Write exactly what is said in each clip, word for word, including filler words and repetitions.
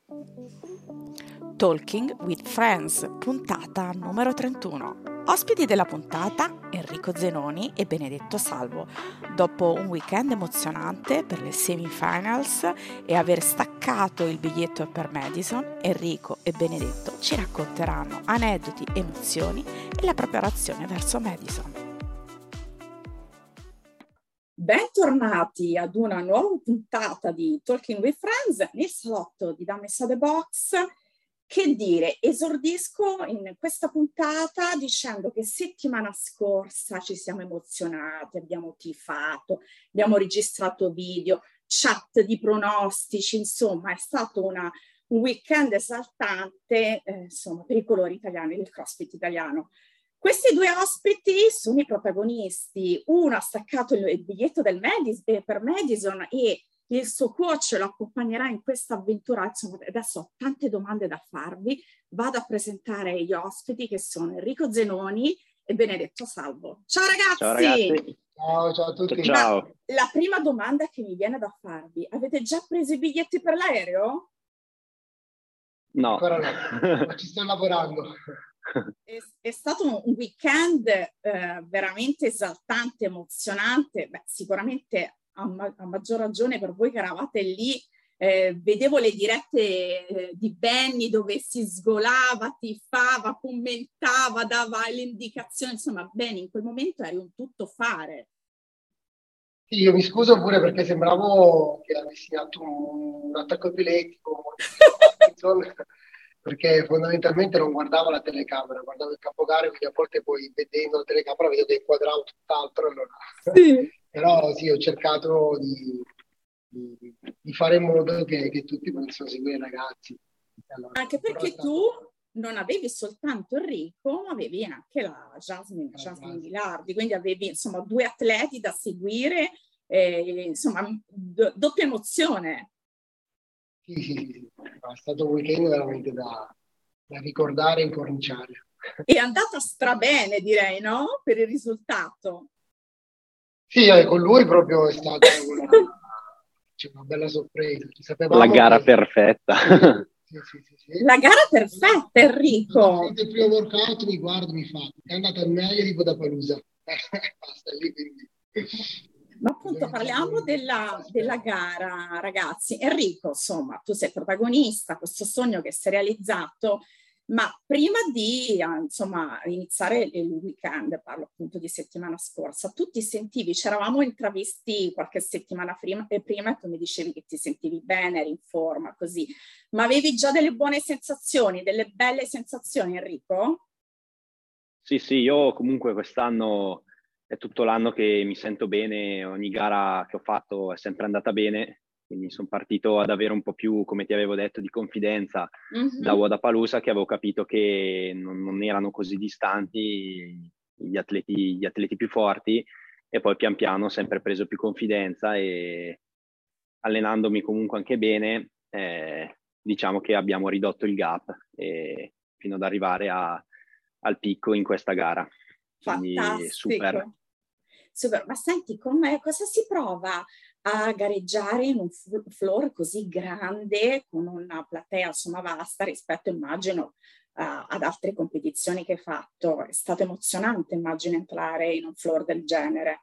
Talking with Friends, puntata numero trentuno. Ospiti della puntata Enrico Zenoni e Benedetto Salvo. Dopo un weekend emozionante per le semifinals e aver staccato il biglietto per Madison, Enrico e Benedetto ci racconteranno aneddoti, emozioni e la preparazione verso Madison. Bentornati ad una nuova puntata di Talking with Friends nel salotto di Damessa The Box. Che dire, esordisco in questa puntata dicendo che settimana scorsa ci siamo emozionati, abbiamo tifato, abbiamo registrato video, chat di pronostici, insomma è stato una, un weekend esaltante eh, insomma, per i colori italiani del CrossFit italiano. Questi due ospiti sono i protagonisti. Uno ha staccato il biglietto del Madis- eh, per Madison e il suo coach lo accompagnerà in questa avventura. Insomma, adesso ho tante domande da farvi. Vado a presentare gli ospiti che sono Enrico Zenoni e Benedetto Salvo. Ciao ragazzi! Ciao ragazzi! Ciao, ciao a tutti! Ciao! Ma la prima domanda che mi viene da farvi, avete già preso i biglietti per l'aereo? No. Ancora no, ma ci sto lavorando. È, è stato un weekend eh, veramente esaltante, emozionante. Beh, sicuramente a, ma- a maggior ragione per voi che eravate lì. Eh, vedevo le dirette eh, di Benny dove si sgolava, tifava, commentava, dava le indicazioni. Insomma, Benny in quel momento eri un tuttofare. Sì, io mi scuso pure perché sembravo che avessi in atto un, un attacco epilettico, perché fondamentalmente non guardavo la telecamera, guardavo il capogare, quindi a volte poi vedendo la telecamera vedo dei quadrati tutt'altro. Allora. Sì. Però sì, ho cercato di, di, di fare in modo che, che tutti potessero seguire i ragazzi. Allora, Anche perché stato... tu non avevi soltanto Enrico, ma avevi anche la Jasmine, la Jasmine Ghilardi, quindi avevi insomma due atleti da seguire, eh, insomma do- doppia emozione. Sì, sì, sì, sì. È stato un weekend veramente da, da ricordare e incorniciare. È andata strabene, direi, no? Per il risultato. Sì, eh, con lui proprio è stata una, cioè, una bella sorpresa. Ci sapevamo La gara che... perfetta. Sì, sì, sì, sì. La gara perfetta, Enrico. Il primo workout mi guardo, mi fa, è andata meglio di Budapalusa. Basta lì, quindi... Ma appunto parliamo della, della gara, ragazzi. Enrico, insomma, tu sei protagonista, questo sogno che si è realizzato, ma prima di insomma, iniziare il weekend, parlo appunto di settimana scorsa, tu ti sentivi, ci eravamo intravisti qualche settimana prima, e prima e tu mi dicevi che ti sentivi bene, eri in forma, così, ma avevi già delle buone sensazioni, delle belle sensazioni, Enrico? Sì, sì, io comunque quest'anno è tutto l'anno che mi sento bene, ogni gara che ho fatto è sempre andata bene, quindi sono partito ad avere un po' più, come ti avevo detto, di confidenza Mm-hmm. da Wodapalooza, che avevo capito che non, non erano così distanti gli atleti, gli atleti più forti, e poi pian piano ho sempre preso più confidenza e allenandomi comunque anche bene, eh, diciamo che abbiamo ridotto il gap e, fino ad arrivare a, al picco in questa gara. Quindi Fantastico. super. Super. Ma senti, com'è, cosa si prova a gareggiare in un floor così grande con una platea insomma vasta rispetto, immagino, uh, ad altre competizioni che hai fatto? È stato emozionante, immagino, entrare in un floor del genere.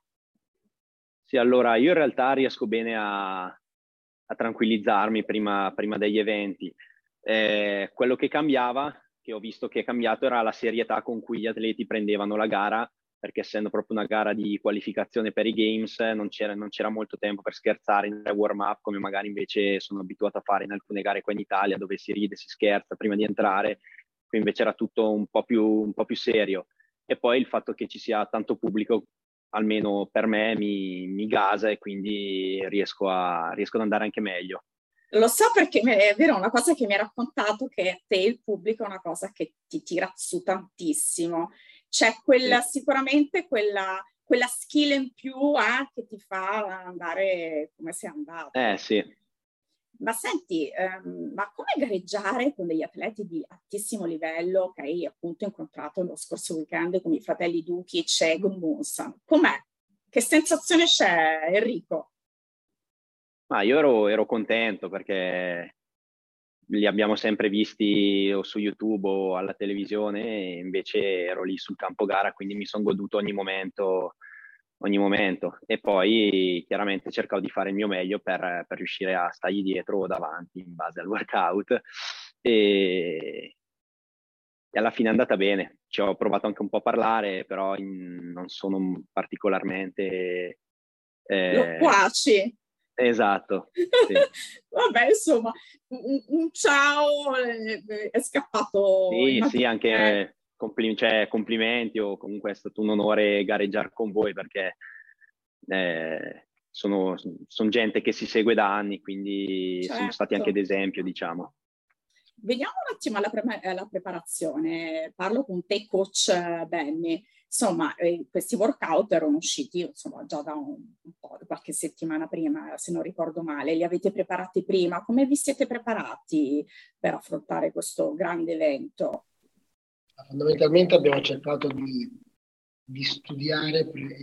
Sì, allora io in realtà riesco bene a, a tranquillizzarmi prima, prima degli eventi. Eh, quello che cambiava, che ho visto che è cambiato, era la serietà con cui gli atleti prendevano la gara, perché essendo proprio una gara di qualificazione per i Games non c'era, non c'era molto tempo per scherzare in warm-up, come magari invece sono abituato a fare in alcune gare qua in Italia, dove si ride, si scherza prima di entrare. Qui invece era tutto un po' più, un po' più serio. E poi il fatto che ci sia tanto pubblico, almeno per me, mi, mi gasa e quindi riesco, a, riesco ad andare anche meglio. Lo so perché è vero, una cosa che mi hai raccontato, che a te il pubblico è una cosa che ti tira su tantissimo. C'è quella, sì. Sicuramente quella, quella skill in più eh, che ti fa andare come sei andato. Eh sì. Ma senti, ehm, ma come gareggiare con degli atleti di altissimo livello che hai appunto incontrato lo scorso weekend come i fratelli Dukic e Gudmundsson? Com'è? Che sensazione c'è, Enrico? Ma io ero, ero contento perché li abbiamo sempre visti o su YouTube o alla televisione, e invece ero lì sul campo gara, quindi mi sono goduto ogni momento, ogni momento. E poi chiaramente cercavo di fare il mio meglio per, per riuscire a stargli dietro o davanti in base al workout. E, e alla fine è andata bene. Ci ho provato anche un po' a parlare, però in, non sono particolarmente... Eh, loquaci. Esatto. Sì. Vabbè, insomma, un, un ciao è, è scappato. Sì, sì, anche eh. eh, compli- cioè, complimenti, o comunque è stato un onore gareggiare con voi, perché eh, sono, sono gente che si segue da anni, quindi Certo. sono stati anche d'esempio, diciamo. Veniamo un attimo alla, pre- alla preparazione. Parlo con te, coach Benny. Insomma, eh, questi workout erano usciti insomma, già da un, un po', qualche settimana prima, se non ricordo male. Li avete preparati prima? Come vi siete preparati per affrontare questo grande evento? Fondamentalmente abbiamo cercato di, di studiare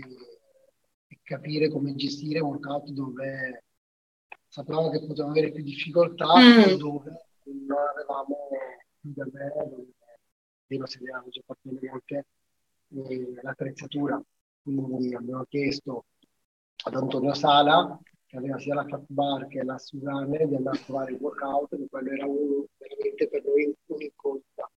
e capire come gestire un workout dove sapevamo che potevamo avere più difficoltà mm. e dove non avevamo più da me, dove prima si avevamo già fatto anche l'attrezzatura. Quindi abbiamo chiesto ad Antonio Sala, che aveva sia la fat bar che la Suzanne, di andare a trovare il workout, e quello era uno veramente per noi un'incolta.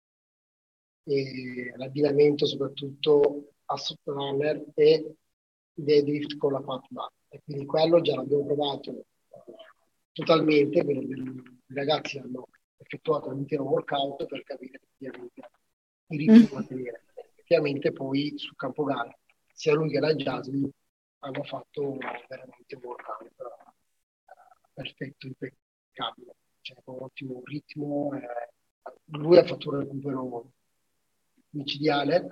E l'abbinamento soprattutto a runner e deadlift con la fat bar. E quindi quello già l'abbiamo provato totalmente, per i ragazzi hanno effettuato l'intero workout per capire effettivamente i ritmi da tenere. Effettivamente poi sul campo gara sia lui che la Jasmine hanno fatto veramente un workout perfetto, impeccabile, cioè con un ottimo ritmo. Eh, lui ha fatto un recupero micidiale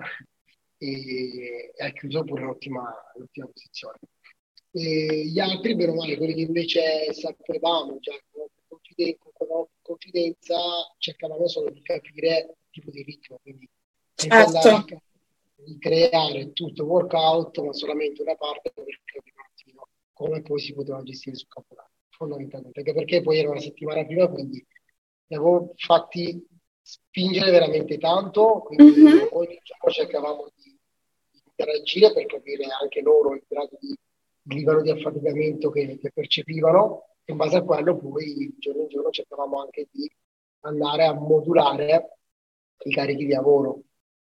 e, e ha chiuso pure l'ottima, l'ottima posizione. E gli altri, bene o male, quelli che invece sapevamo già con confidenza, con confidenza, cercavamo solo di capire il tipo di ritmo, quindi certo. andare di creare tutto il workout, ma solamente una parte per capire un attimo come poi si poteva gestire sul campo, fondamentalmente, anche perché poi era una settimana prima, quindi li avevo fatti spingere veramente tanto, quindi mm-hmm. ogni giorno cercavamo di, di interagire per capire anche loro il grado di il livello di affaticamento che, che percepivano, e in base a quello poi di giorno in giorno cercavamo anche di andare a modulare i carichi di lavoro.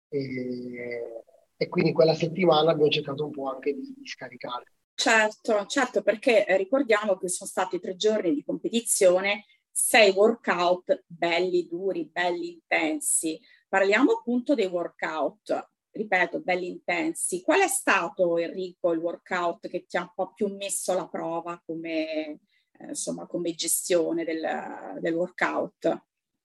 E, e quindi quella settimana abbiamo cercato un po' anche di, di scaricare. Certo, certo, perché ricordiamo che sono stati tre giorni di competizione, sei workout belli duri, belli intensi. Parliamo appunto dei workout, ripeto, belli intensi. Qual è stato, Enrico, il workout che ti ha un po' più messo alla prova come, eh, insomma, come gestione del, del workout?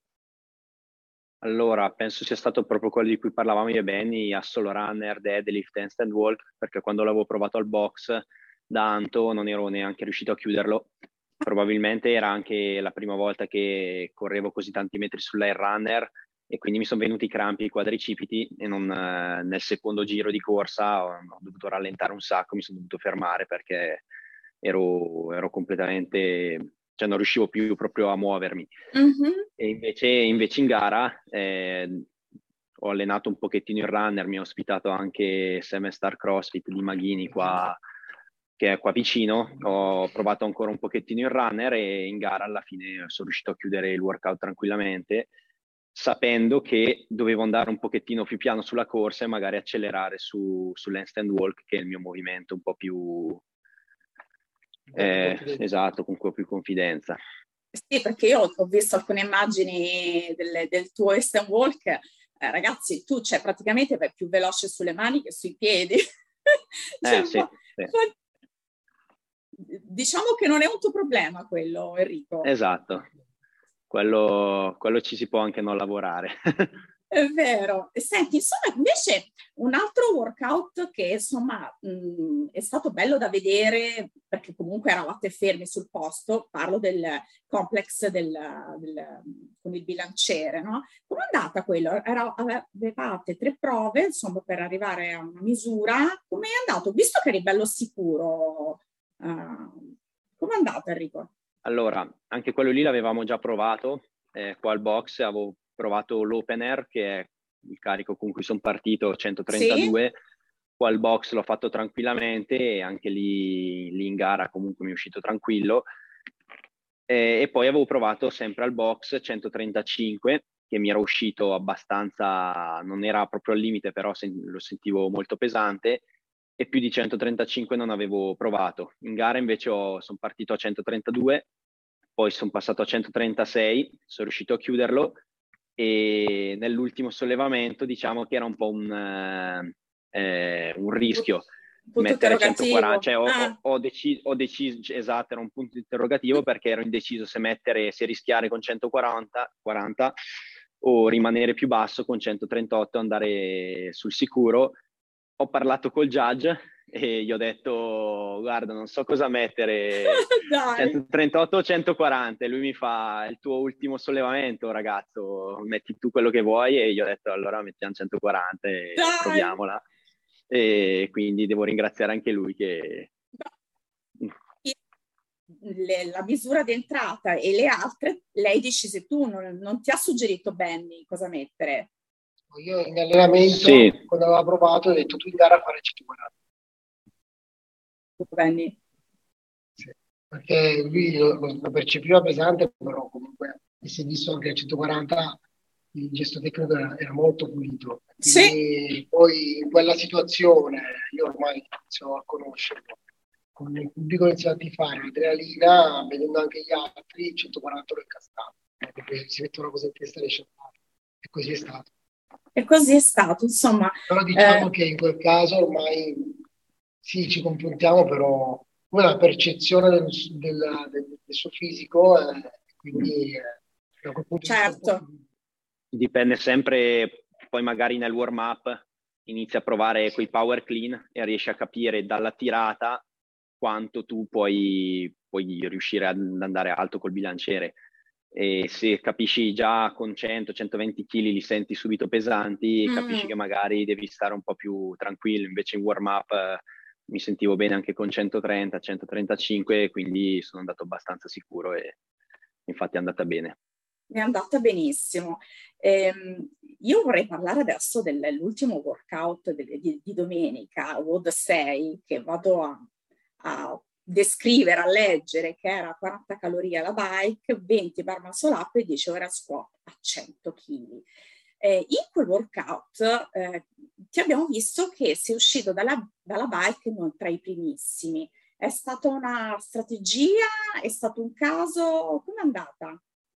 Allora, penso sia stato proprio quello di cui parlavamo io e Benny, a solo runner, deadlift, handstand walk, perché quando l'avevo provato al box da Anto non ero neanche riuscito a chiuderlo. Probabilmente era anche la prima volta che correvo così tanti metri sull'air runner, e quindi mi sono venuti i crampi ai quadricipiti, e non, eh, nel secondo giro di corsa ho, ho dovuto rallentare un sacco, mi sono dovuto fermare perché ero, ero completamente... cioè non riuscivo più proprio a muovermi. Mm-hmm. E invece, invece in gara eh, ho allenato un pochettino il runner, mi ha ospitato anche Semestar CrossFit di Maghini qua, che è qua vicino. Ho provato ancora un pochettino il runner, e in gara alla fine sono riuscito a chiudere il workout tranquillamente, sapendo che dovevo andare un pochettino più piano sulla corsa e magari accelerare su, sull'handstand walk, che è il mio movimento un po' più... Eh, esatto, con un po' più confidenza. Sì, perché io ho visto alcune immagini del, del tuo handstand walk, eh, ragazzi, tu cioè, praticamente vai più veloce sulle mani che sui piedi. cioè, eh, sì, ma, sì. Ma, diciamo che non è un tuo problema quello, Enrico. Esatto, quello, quello ci si può anche non lavorare. È vero. E senti, insomma, invece un altro workout che insomma mh, è stato bello da vedere, perché comunque eravate fermi sul posto, parlo del complex del, del, con il bilanciere, no? Come è andata quello? Era, avevate tre prove, insomma, per arrivare a una misura. Come è andato? Visto che eri bello sicuro, uh, come è andato, Enrico? Allora, anche quello lì l'avevamo già provato, eh, qua al box avevo provato l'opener, che è il carico con cui sono partito, centotrentadue, sì. Qua al box l'ho fatto tranquillamente e anche lì, lì in gara comunque mi è uscito tranquillo. E, e poi avevo provato sempre al box centotrentacinque, che mi era uscito abbastanza, non era proprio al limite, però sen- lo sentivo molto pesante, e più di centotrentacinque non avevo provato. In gara invece ho, sono partito a centotrentadue, poi sono passato a centotrentasei, sono riuscito a chiuderlo, e nell'ultimo sollevamento diciamo che era un po' un, eh, un rischio punto mettere centoquaranta, cioè ho, ah. ho, ho, deciso, ho deciso, esatto, era un punto interrogativo perché ero indeciso se mettere, se rischiare con centoquaranta quaranta, o rimanere più basso con centotrentotto, andare sul sicuro. Ho parlato col judge e gli ho detto: guarda, non so cosa mettere, centotrentotto o centoquaranta, e lui mi fa: il tuo ultimo sollevamento, ragazzo, metti tu quello che vuoi. E gli ho detto: allora mettiamo centoquaranta e Dai. proviamola. E quindi devo ringraziare anche lui che... Le, la misura di entrata e le altre, lei decise tu, non, non ti ha suggerito Benny cosa mettere? Io in allenamento, sì, quando aveva provato, ho detto tu in gara fare centoquaranta. Benny. Sì, perché lui lo, lo percepiva pesante, però comunque, e si è visto anche a centoquaranta il gesto tecnico era, era molto pulito. Quindi sì. Poi in quella situazione io ormai inizio a conoscerlo. Con il pubblico iniziato a fare l'adrenalina, vedendo anche gli altri, il centoquaranta lo incastrato. Perché si mette una cosa in testa e riesce a fare. E così è stato. E così è stato, insomma. Però diciamo eh... che in quel caso ormai sì, ci confrontiamo, però come la percezione del, del, del, del suo fisico, eh, quindi eh, da quel punto certo. di vista... Dipende sempre, poi magari nel warm-up inizi a provare quei power clean e riesci a capire dalla tirata quanto tu puoi, puoi riuscire ad andare alto col bilanciere. E se capisci già con cento centoventi chili li senti subito pesanti, mm. capisci che magari devi stare un po' più tranquillo. Invece in warm-up eh, mi sentivo bene anche con centotrenta centotrentacinque, quindi sono andato abbastanza sicuro e infatti è andata bene. È andata benissimo. Ehm, io vorrei parlare adesso dell'ultimo workout di, di, di domenica, W O D sei, che vado a, a descrivere, a leggere, che era quaranta calorie alla bike, venti bar muscle up e dieci ore a squat a cento chili. Eh, in quel workout eh, ti abbiamo visto che sei uscito dalla, dalla bike non tra i primissimi. È stata una strategia? È stato un caso? Come è andata?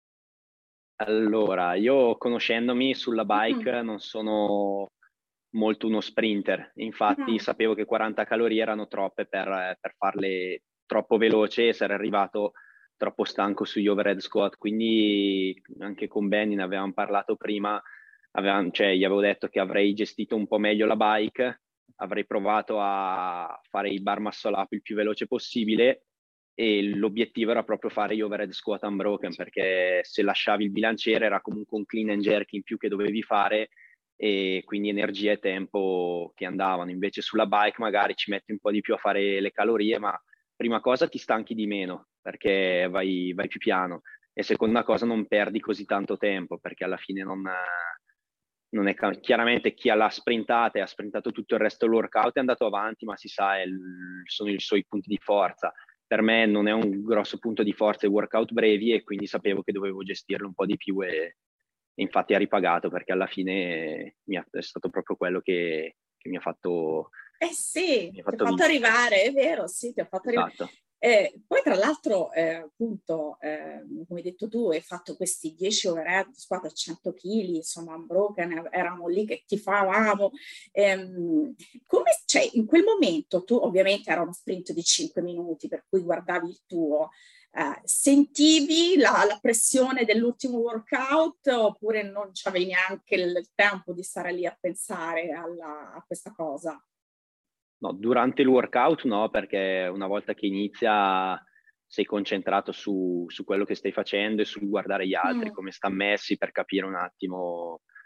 Allora, io conoscendomi sulla bike mm. non sono molto uno sprinter, infatti mm. sapevo che quaranta calorie erano troppe per, per farle troppo veloce e sarei arrivato troppo stanco sugli overhead squat, quindi anche con Benny ne avevamo parlato prima, avevamo, cioè, gli avevo detto che avrei gestito un po' meglio la bike, avrei provato a fare i bar muscle up il più veloce possibile, e l'obiettivo era proprio fare gli overhead squat unbroken, perché se lasciavi il bilanciere era comunque un clean and jerk in più che dovevi fare, e quindi energia e tempo che andavano. Invece sulla bike magari ci metti un po' di più a fare le calorie, ma prima cosa ti stanchi di meno perché vai, vai più piano, e seconda cosa non perdi così tanto tempo, perché alla fine non, non è chiaramente chi l'ha sprintata e ha sprintato tutto il resto del workout è andato avanti, ma si sa, è il, sono i suoi punti di forza. Per me non è un grosso punto di forza i workout brevi, e quindi sapevo che dovevo gestirlo un po' di più, e infatti ha ripagato, perché alla fine mi ha, è stato proprio quello che, che mi ha fatto... Eh sì, mi ha fatto ti ha fatto vincere. Arrivare, è vero, sì, ti ha fatto esatto. arrivare. Eh, poi tra l'altro, eh, appunto, eh, come hai detto tu, hai fatto questi dieci overhead squat a cento chili, insomma, unbroken, eravamo lì che ti favamo. Ehm, come, cioè, in quel momento tu, ovviamente era uno sprint di cinque minuti, per cui guardavi il tuo, eh, sentivi la, la pressione dell'ultimo workout, oppure non c'avevi neanche il, il tempo di stare lì a pensare alla, a questa cosa? No, durante il workout no, perché una volta che inizia sei concentrato su, su quello che stai facendo e sul guardare gli altri, mm. come stanno messi, per capire un attimo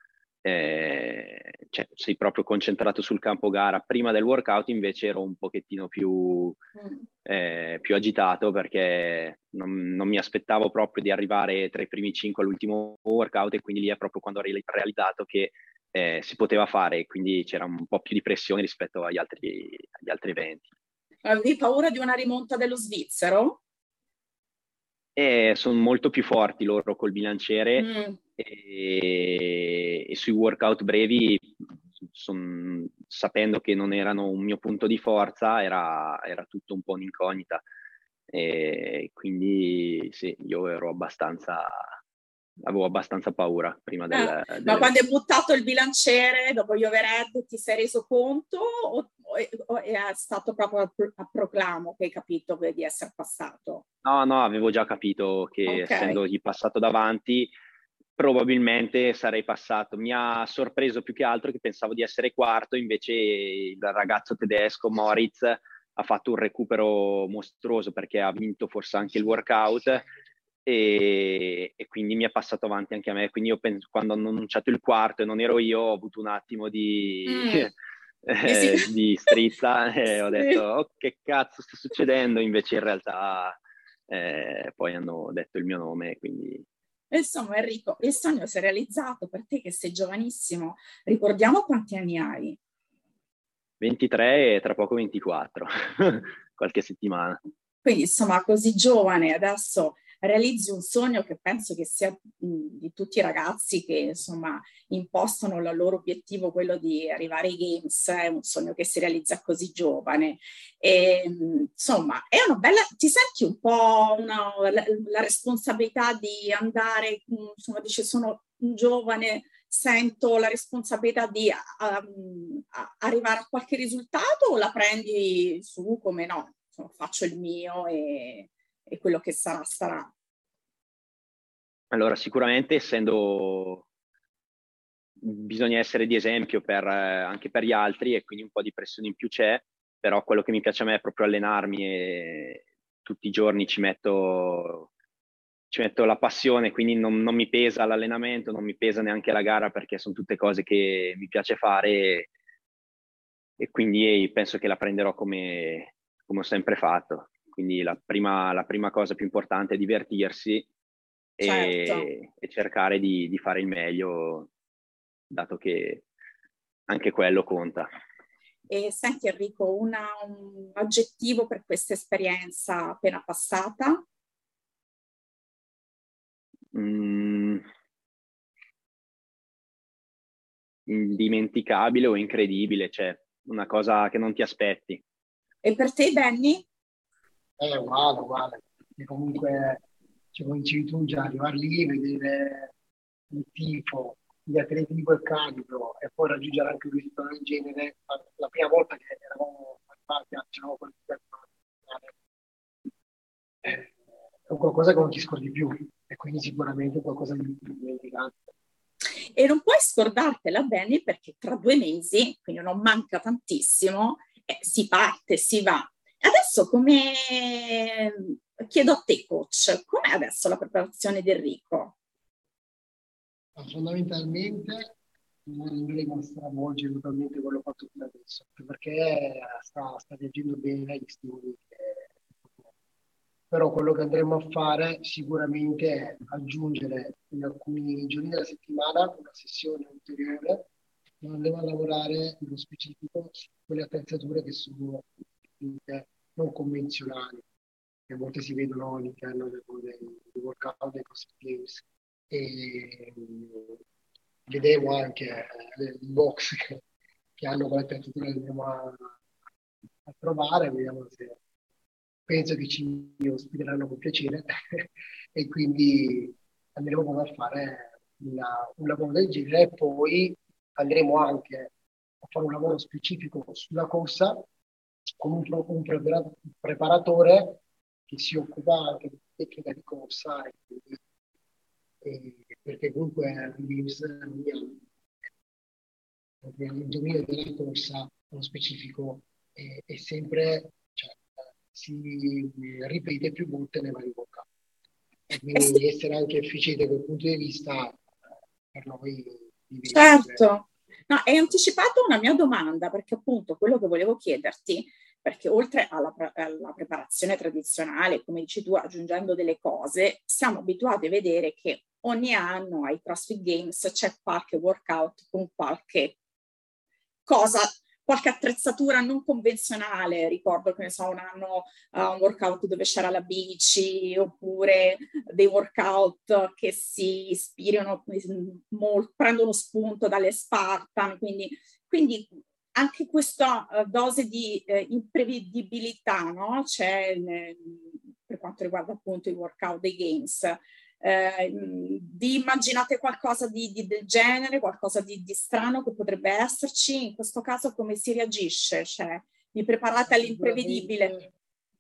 eh, cioè, sei proprio concentrato sul campo gara. Prima del workout invece ero un pochettino più, eh, più agitato, perché non, non mi aspettavo proprio di arrivare tra i primi cinque all'ultimo workout, e quindi lì è proprio quando ho realizzato che eh, si poteva fare, quindi c'era un po' più di pressione rispetto agli altri, agli altri eventi. Avevi paura di una rimonta dello svizzero? E sono molto più forti loro col bilanciere, Mm. e, e sui workout brevi, son, sapendo che non erano un mio punto di forza, era, era tutto un po' un'incognita, e quindi sì, io ero abbastanza, avevo abbastanza paura prima del, Eh, ma dell'evento. quando hai buttato il bilanciere dopo gli overhead ti sei reso conto, o, o, o è stato proprio a, a proclamo che hai capito di essere passato? No, no, avevo già capito che Ok. essendogli passato davanti probabilmente sarei passato. Mi ha sorpreso più che altro che pensavo di essere quarto, invece il ragazzo tedesco Moritz ha fatto un recupero mostruoso, perché ha vinto forse anche il workout, e, e quindi mi è passato avanti anche a me. Quindi io penso, quando hanno annunciato il quarto e non ero io, ho avuto un attimo di... Mm. eh, di strizza, e ho Sì. detto oh, che cazzo sta succedendo, invece in realtà eh, poi hanno detto il mio nome, quindi... Insomma, Enrico, il sogno si è realizzato per te che sei giovanissimo. Ricordiamo quanti anni hai. ventitré e tra poco ventiquattro, qualche settimana. Quindi, insomma, così giovane, adesso realizzi un sogno che penso che sia mh, di tutti i ragazzi che, insomma, impostano il loro obiettivo, quello di arrivare ai Games, è un sogno che si realizza così giovane. E, mh, insomma, è una bella... Ti senti un po' una, la, la responsabilità di andare, mh, insomma, dice sono un giovane, sento la responsabilità di a, a, a arrivare a qualche risultato, o la prendi su come no? Faccio il mio e, e quello che sarà sarà. Allora, sicuramente, essendo bisogna essere di esempio per, eh, anche per gli altri, e quindi un po' di pressione in più c'è, però quello che mi piace a me è proprio allenarmi, e tutti i giorni ci metto, ci metto la passione, quindi non, non mi pesa l'allenamento, non mi pesa neanche la gara, perché sono tutte cose che mi piace fare, e, e quindi penso che la prenderò come, come ho sempre fatto. Quindi la prima, la prima cosa più importante è divertirsi, Certo. e, e cercare di, di fare il meglio, dato che anche quello conta. E senti Enrico, una, un aggettivo per questa esperienza appena passata? Mm, indimenticabile o incredibile, cioè una cosa che non ti aspetti. E per te, Benny? È uguale, uguale. E comunque, cioè, come dicevi tu, già arrivare lì, vedere il tifo, gli atleti di quel calibro, e poi raggiungere anche un risultato del genere. La, la prima volta che eravamo arrivati, c'eravamo qualificati per la finale, eh, è un qualcosa che non ti scordi più, e quindi sicuramente qualcosa di dimenticante. E non puoi scordartela, Benny, perché tra due mesi, quindi non manca tantissimo, eh, si parte, si va. Adesso come... Chiedo a te, coach, com'è adesso la preparazione di Enrico? Ma fondamentalmente non andremo a stravolgere totalmente quello fatto fino adesso, anche perché sta, sta reagendo bene agli stimoli che... Però quello che andremo a fare sicuramente è aggiungere in alcuni giorni della settimana una sessione ulteriore, dove andremo a lavorare nello specifico su quelle attrezzature che sono non convenzionali, che a volte si vedono all'interno dei, dei workout, dei CrossFit Games. E vedevo anche eh, i box che, che hanno quelle attrezzature che andiamo a, a provare, vediamo se penso che ci ospiteranno con piacere e quindi andremo a fare una, un lavoro del genere, e poi andremo anche a fare un lavoro specifico sulla corsa con un, un prepara- preparatore che si occupa anche di tecnica di corsa, e quindi, e, perché comunque l'I V S il dominio della corsa nello specifico è, è sempre, cioè, si ripete più volte nei vari workout. E Eh sì, quindi essere anche efficienti da quel punto di vista, per noi Certo, no, hai anticipato una mia domanda, perché appunto quello che volevo chiederti, perché oltre alla, pre- alla preparazione tradizionale, come dici tu, aggiungendo delle cose, siamo abituati a vedere che ogni anno ai CrossFit Games c'è qualche workout con qualche cosa, qualche attrezzatura non convenzionale. Ricordo che ne so, un anno uh, un workout dove c'era la bici, oppure dei workout che si ispirano, molto, prendono spunto dalle Spartan, quindi, quindi anche questa uh, dose di uh, imprevedibilità, no? C'è eh, per quanto riguarda appunto i workout dei games. Eh, vi immaginate qualcosa di, di, del genere, qualcosa di, di strano che potrebbe esserci? In questo caso come si reagisce? Cioè, vi preparate all'imprevedibile?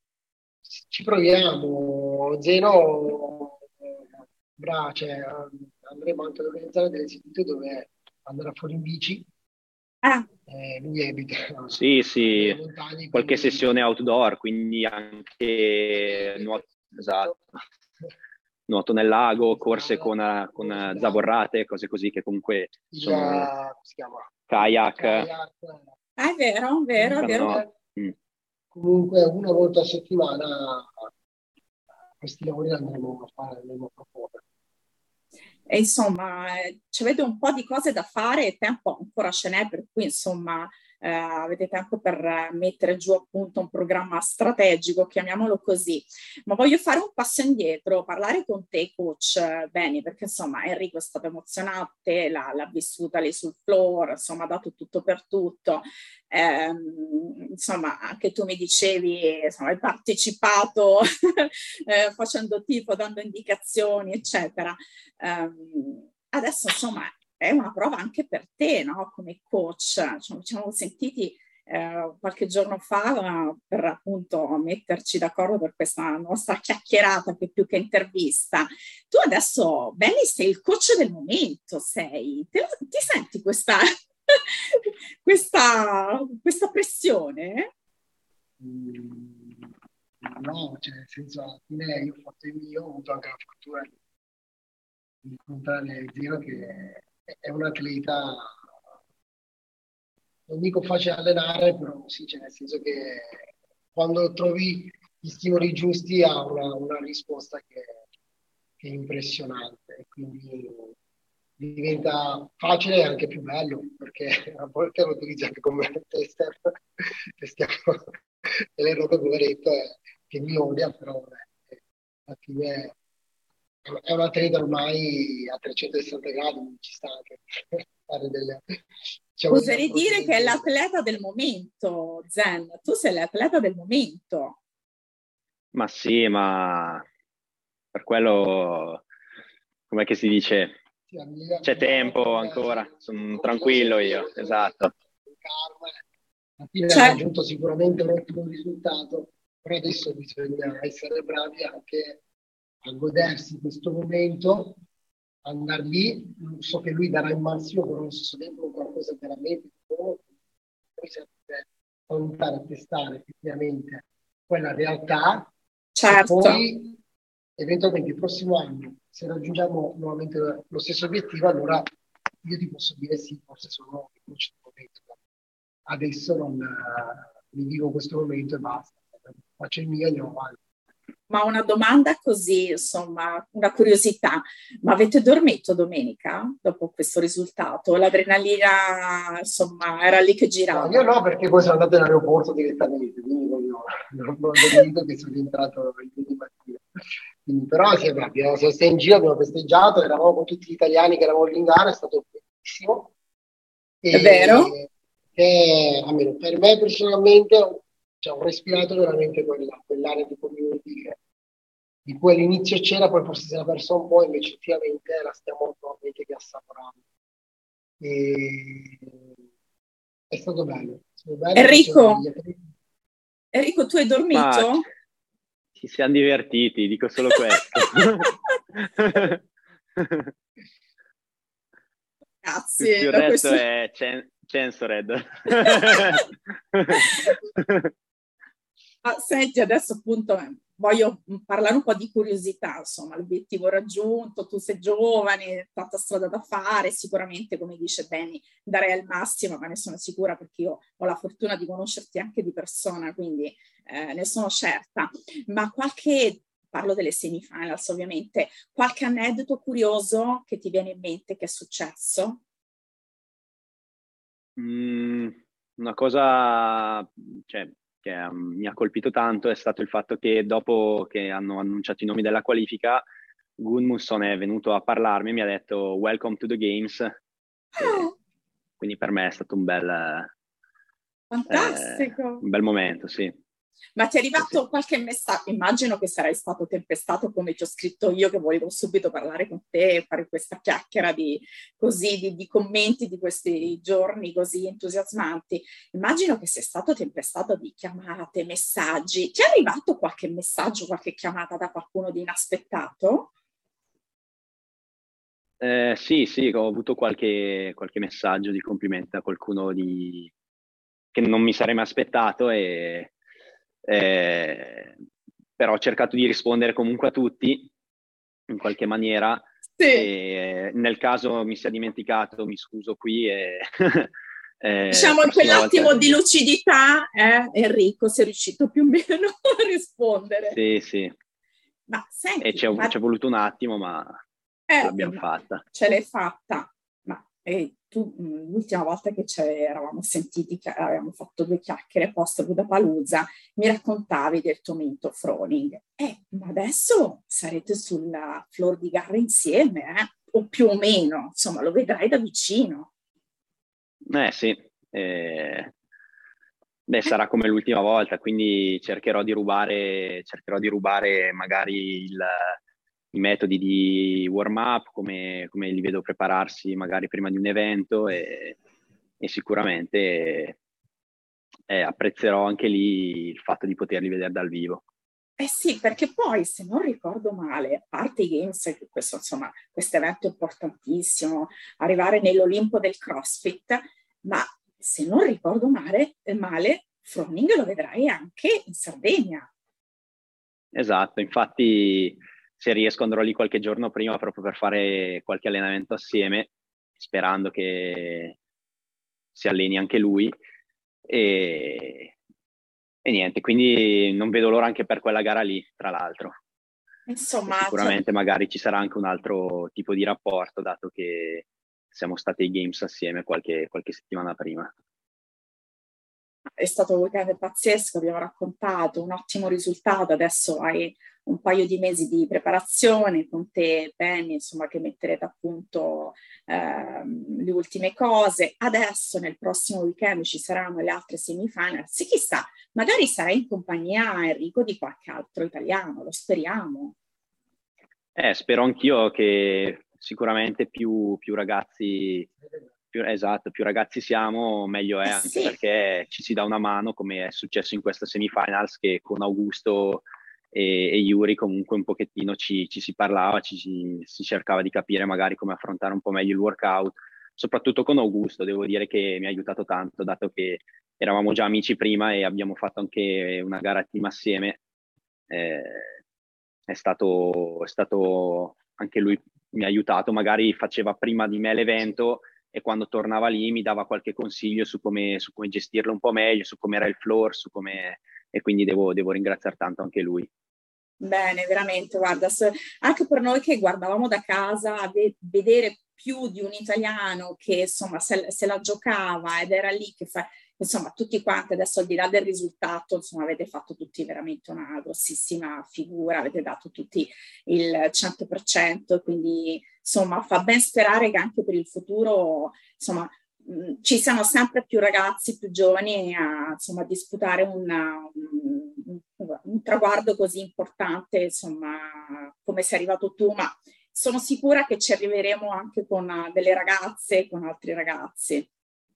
Ci proviamo, Zeno, bravo, cioè, andremo anche ad organizzare delle sedute dove andare fuori in bici. Ah. Eh, lui abita. Sì, sì, montagne, qualche quindi... sessione outdoor, quindi anche nuoto, esatto. Nuoto nel lago, corse con, con zavorrate, cose così che comunque sono il, si chiama? kayak. kayak. Ah, è vero, vero, è vero. Mm. Comunque una volta a settimana questi lavori andremo a fare, andremo a proporre. E insomma, ci avete un po' di cose da fare e tempo ancora ce n'è, per cui insomma eh, avete tempo per mettere giù appunto un programma strategico, chiamiamolo così. Ma voglio fare un passo indietro, parlare con te, coach Benny, perché insomma Enrico è stato emozionante, l'ha, l'ha vissuta lì sul floor, insomma ha dato tutto per tutto. Eh, insomma, anche tu mi dicevi, insomma, hai partecipato eh, facendo tipo, dando indicazioni, eccetera. Um, adesso insomma è una prova anche per te, no? Come coach. Cioè, ci siamo sentiti eh, qualche giorno fa per appunto metterci d'accordo per questa nostra chiacchierata che più che intervista. Tu adesso, Benny, sei il coach del momento, sei. Te, ti senti questa, questa, questa pressione? Mm, no, cioè nel senso alla fine io ho fatto il mio, ho avuto anche la fortuna di incontrare Zeno che è un atleta, non dico facile allenare, però sì, cioè nel senso che quando trovi gli stimoli giusti ha una, una risposta che, che è impressionante, quindi diventa facile e anche più bello, perché a volte lo utilizzi anche come tester, testiamo delle robe poveretto che mi odia, però eh, alla fine è un atleta ormai a trecentosessanta gradi, ci sta anche fare delle... Diciamo, oserei dire che è l'atleta del momento, Zen. Tu sei l'atleta del momento. Ma sì, ma per quello, com'è che si dice? C'è tempo ancora, sono tranquillo io, esatto. Alla fine ha raggiunto sicuramente un ottimo risultato, però adesso bisogna essere bravi anche a godersi questo momento, andare lì. So che lui darà il massimo, però non so dentro qualcosa veramente buono. Poi serve andare a testare effettivamente quella realtà. Certo. E poi eventualmente il prossimo anno, se raggiungiamo nuovamente lo stesso obiettivo, allora io ti posso dire sì, forse sono il coach del momento. Adesso non uh, mi vivo questo momento e basta. Faccio il mio e andiamo avanti. Ma una domanda così, insomma, una curiosità. Ma avete dormito domenica dopo questo risultato? L'adrenalina, insomma, era lì che girava? No, io no, perché poi sono andato in aeroporto direttamente, quindi non, non, non ho dormito, che sono rientrato ieri mattina. Quindi, però sì, abbiamo, siamo stati in giro, abbiamo festeggiato, eravamo con tutti gli italiani che eravamo lì in gara, è stato bellissimo. E, è vero? E, almeno per me personalmente, cioè, ho respirato veramente quella, quell'area di community che, di cui all'inizio c'era, poi forse si era persa un po', invece effettivamente la stiamo nuovamente riassaporando. E è stato bello. È stato bello. Enrico, Enrico, tu hai dormito? Ma ci siamo divertiti, dico solo questo. Grazie. Tutto il resto questo... è cen- censored. Ah, senti, adesso appunto eh, voglio parlare un po' di curiosità, insomma, l'obiettivo raggiunto, tu sei giovane, tanta strada da fare, sicuramente, come dice Benny, darei al massimo, ma ne sono sicura perché io ho la fortuna di conoscerti anche di persona, quindi eh, ne sono certa. Ma qualche, parlo delle semifinals ovviamente, qualche aneddoto curioso che ti viene in mente che è successo? Mm, una cosa, cioè, che um, mi ha colpito tanto è stato il fatto che dopo che hanno annunciato i nomi della qualifica, Gudmundsson è venuto a parlarmi e mi ha detto "Welcome to the Games". E quindi per me è stato un bel, eh, Fantastico! un bel momento, sì. Ma ti è Sì, arrivato sì. qualche messaggio? Immagino che sarai stato tempestato come ti ho scritto io, che volevo subito parlare con te e fare questa chiacchiera di, così, di, di commenti di questi giorni così entusiasmanti. Immagino che sei stato tempestato di chiamate, messaggi. Ti è arrivato qualche messaggio, qualche chiamata da qualcuno di inaspettato? Eh, sì, sì, ho avuto qualche, qualche messaggio di complimento da qualcuno di... che non mi sarei mai aspettato, e, eh, però ho cercato di rispondere comunque a tutti in qualche maniera. Sì. E nel caso mi sia dimenticato, mi scuso qui. E eh, diciamo in quell'attimo volta... di lucidità, eh, Enrico, sei riuscito più o meno a rispondere. Sì, sì. Ma senti, E ci ma... è voluto un attimo, ma Eh, ce l'abbiamo ma fatta. ce l'hai fatta, ma eh, tu mh, l'ultima volta che ci eravamo sentiti, che avevamo fatto due chiacchiere post Budapalooza, mi raccontavi del tuo mento Froning. Eh, ma adesso sarete sulla floor di gara insieme, eh? O più o meno, insomma, lo vedrai da vicino. Eh sì, eh, beh, sarà come l'ultima volta, quindi cercherò di rubare, cercherò di rubare magari il, i metodi di warm-up, come, come li vedo prepararsi magari prima di un evento, e, e sicuramente eh, apprezzerò anche lì il fatto di poterli vedere dal vivo. Eh sì, perché poi, se non ricordo male, a parte i Games, questo insomma, questo evento importantissimo, arrivare nell'Olimpo del CrossFit, ma se non ricordo male, male Froning lo vedrai anche in Sardegna. Esatto, infatti se riesco andrò lì qualche giorno prima proprio per fare qualche allenamento assieme, sperando che si alleni anche lui. E, e niente, quindi non vedo l'ora anche per quella gara lì, tra l'altro. Insomma, E sicuramente magari ci sarà anche un altro tipo di rapporto, dato che siamo stati ai Games assieme qualche, qualche settimana prima. è stato un weekend pazzesco, abbiamo raccontato un ottimo risultato, adesso hai un paio di mesi di preparazione con te, Benny, insomma, che metterete a punto ehm, le ultime cose. Adesso nel prossimo weekend ci saranno le altre semifinals, chissà, magari sarai in compagnia, Enrico, di qualche altro italiano, lo speriamo. Eh, spero anch'io che sicuramente più, più ragazzi... Più, esatto, più ragazzi siamo, meglio è, Eh anche sì. perché ci si dà una mano, come è successo in questa semifinals, che con Augusto e, e Yuri comunque un pochettino ci, ci si parlava, ci, ci, si cercava di capire magari come affrontare un po' meglio il workout, soprattutto con Augusto. Devo dire che mi ha aiutato tanto, dato che eravamo già amici prima e abbiamo fatto anche una gara team assieme. Eh, è stato, è stato anche lui, mi ha aiutato, magari faceva prima di me l'evento e quando tornava lì mi dava qualche consiglio su come, su come gestirlo un po' meglio, su come era il floor, su come... e quindi devo, devo ringraziare tanto anche lui. Bene, veramente, guarda, anche per noi che guardavamo da casa, vedere più di un italiano che insomma se, se la giocava ed era lì che fa, insomma tutti quanti adesso al di là del risultato, insomma avete fatto tutti veramente una grossissima figura, avete dato tutti il cento per cento, quindi insomma fa ben sperare che anche per il futuro insomma mh, ci siano sempre più ragazzi più giovani a insomma disputare una, un, un traguardo così importante insomma come sei arrivato tu, ma sono sicura che ci arriveremo anche con uh, delle ragazze e con altri ragazzi.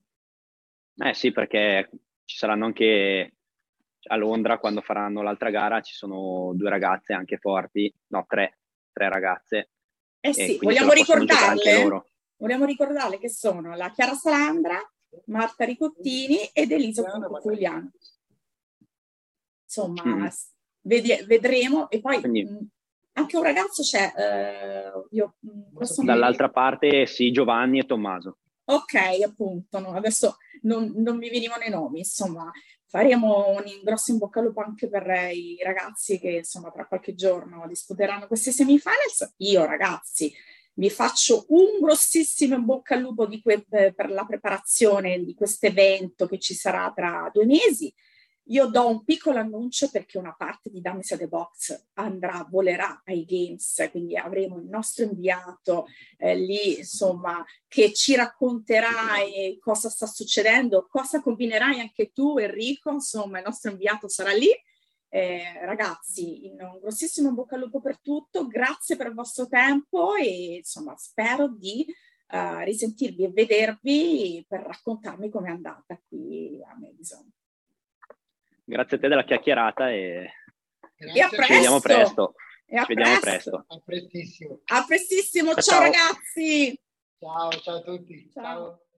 Eh sì, perché ci saranno anche a Londra, quando faranno l'altra gara, ci sono due ragazze anche forti, no, tre, tre ragazze. Eh sì, e quindi vogliamo ricordarle? Anche loro. Vogliamo ricordarle che sono la Chiara Salandra, Marta Ricottini ed Elisa Pugliano. insomma, Mm. vedi- vedremo. E poi Quindi, mh, anche un ragazzo c'è, eh, io, mh, questo non mi- dall'altra parte sì, Giovanni e Tommaso. Ok, appunto, no, adesso non, non mi venivano i nomi, insomma, faremo un grosso in bocca al lupo anche per i ragazzi che, insomma, tra qualche giorno disputeranno queste semifinals. Io, ragazzi, vi faccio un grossissimo in bocca al lupo di que- per la preparazione di questo evento che ci sarà tra due mesi. Io do un piccolo annuncio perché una parte di Dames at the Box andrà, volerà ai Games, quindi avremo il nostro inviato eh, lì, insomma, che ci racconterà eh, cosa sta succedendo, cosa combinerai anche tu, Enrico, insomma, il nostro inviato sarà lì. Eh, ragazzi, in un grossissimo in bocca al lupo per tutto, grazie per il vostro tempo e insomma spero di uh, risentirvi e vedervi per raccontarmi com'è andata qui a Madison. Grazie a te della chiacchierata e, e a ci vediamo presto. E a ci vediamo presto. presto. A prestissimo. A prestissimo. Ciao, Ciao. ragazzi. Ciao, ciao a tutti. Ciao. Ciao.